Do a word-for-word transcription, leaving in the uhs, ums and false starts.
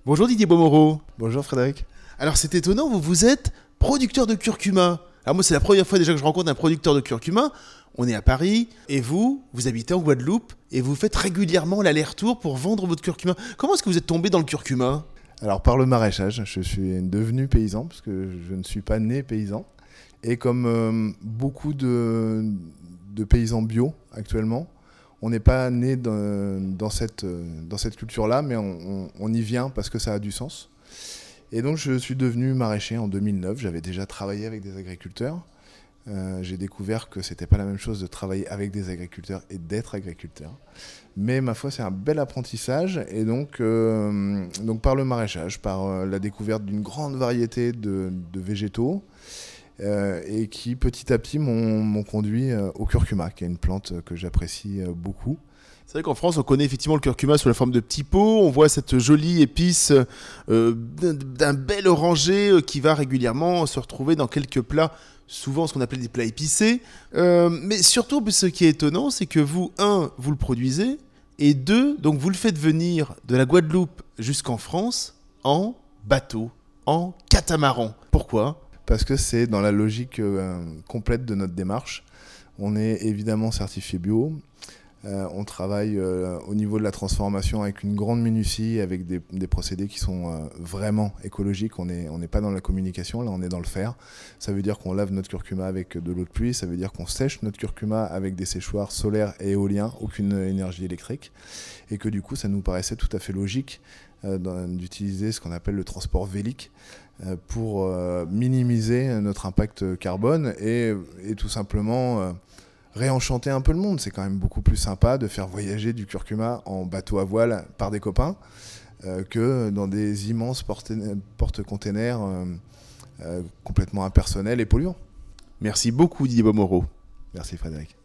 Bonjour Didier Beaumoreau. Bonjour Frédéric. Alors c'est étonnant, vous, vous êtes producteur de curcuma. Alors moi c'est la première fois déjà que je rencontre un producteur de curcuma. On est à Paris et vous, vous habitez en Guadeloupe et vous faites régulièrement l'aller-retour pour vendre votre curcuma. Comment est-ce que vous êtes tombé dans le curcuma ? Alors par le maraîchage, je suis devenu paysan parce que je ne suis pas né paysan. Et comme euh, beaucoup de, de paysans bio actuellement, on n'est pas né dans, dans, cette, dans cette culture-là, mais on, on, on y vient parce que ça a du sens. Et donc je suis devenu maraîcher en deux mille neuf. J'avais déjà travaillé avec des agriculteurs. Euh, j'ai découvert que c'était pas la même chose de travailler avec des agriculteurs et d'être agriculteur. Mais ma foi, c'est un bel apprentissage. Et donc, euh, donc par le maraîchage, par euh, la découverte d'une grande variété de, de végétaux, euh, et qui petit à petit m'ont, m'ont conduit euh, au curcuma, qui est une plante que j'apprécie euh, beaucoup. C'est vrai qu'en France, on connaît effectivement le curcuma sous la forme de petits pots. On voit cette jolie épice euh, d'un, d'un bel orangé euh, qui va régulièrement se retrouver dans quelques plats, souvent ce qu'on appelle des plats épicés. Euh, mais surtout, ce qui est étonnant, c'est que vous, un, vous le produisez, et deux, donc vous le faites venir de la Guadeloupe jusqu'en France en bateau, en catamaran. Pourquoi ? Parce que c'est dans la logique euh, complète de notre démarche. On est évidemment certifié bio. Euh, on travaille euh, au niveau de la transformation avec une grande minutie, avec des, des procédés qui sont euh, vraiment écologiques. On n'est on n'est pas dans la communication, là on est dans le faire. Ça veut dire qu'on lave notre curcuma avec de l'eau de pluie, ça veut dire qu'on sèche notre curcuma avec des séchoirs solaires et éoliens, aucune énergie électrique. Et que du coup ça nous paraissait tout à fait logique euh, d'utiliser ce qu'on appelle le transport vélique euh, pour euh, minimiser notre impact carbone et, et tout simplement... Euh, réenchanter un peu le monde. C'est quand même beaucoup plus sympa de faire voyager du curcuma en bateau à voile par des copains euh, que dans des immenses porte- porte-containers euh, euh, complètement impersonnels et polluants. Merci beaucoup Didier Beaumoreau. Merci Frédéric.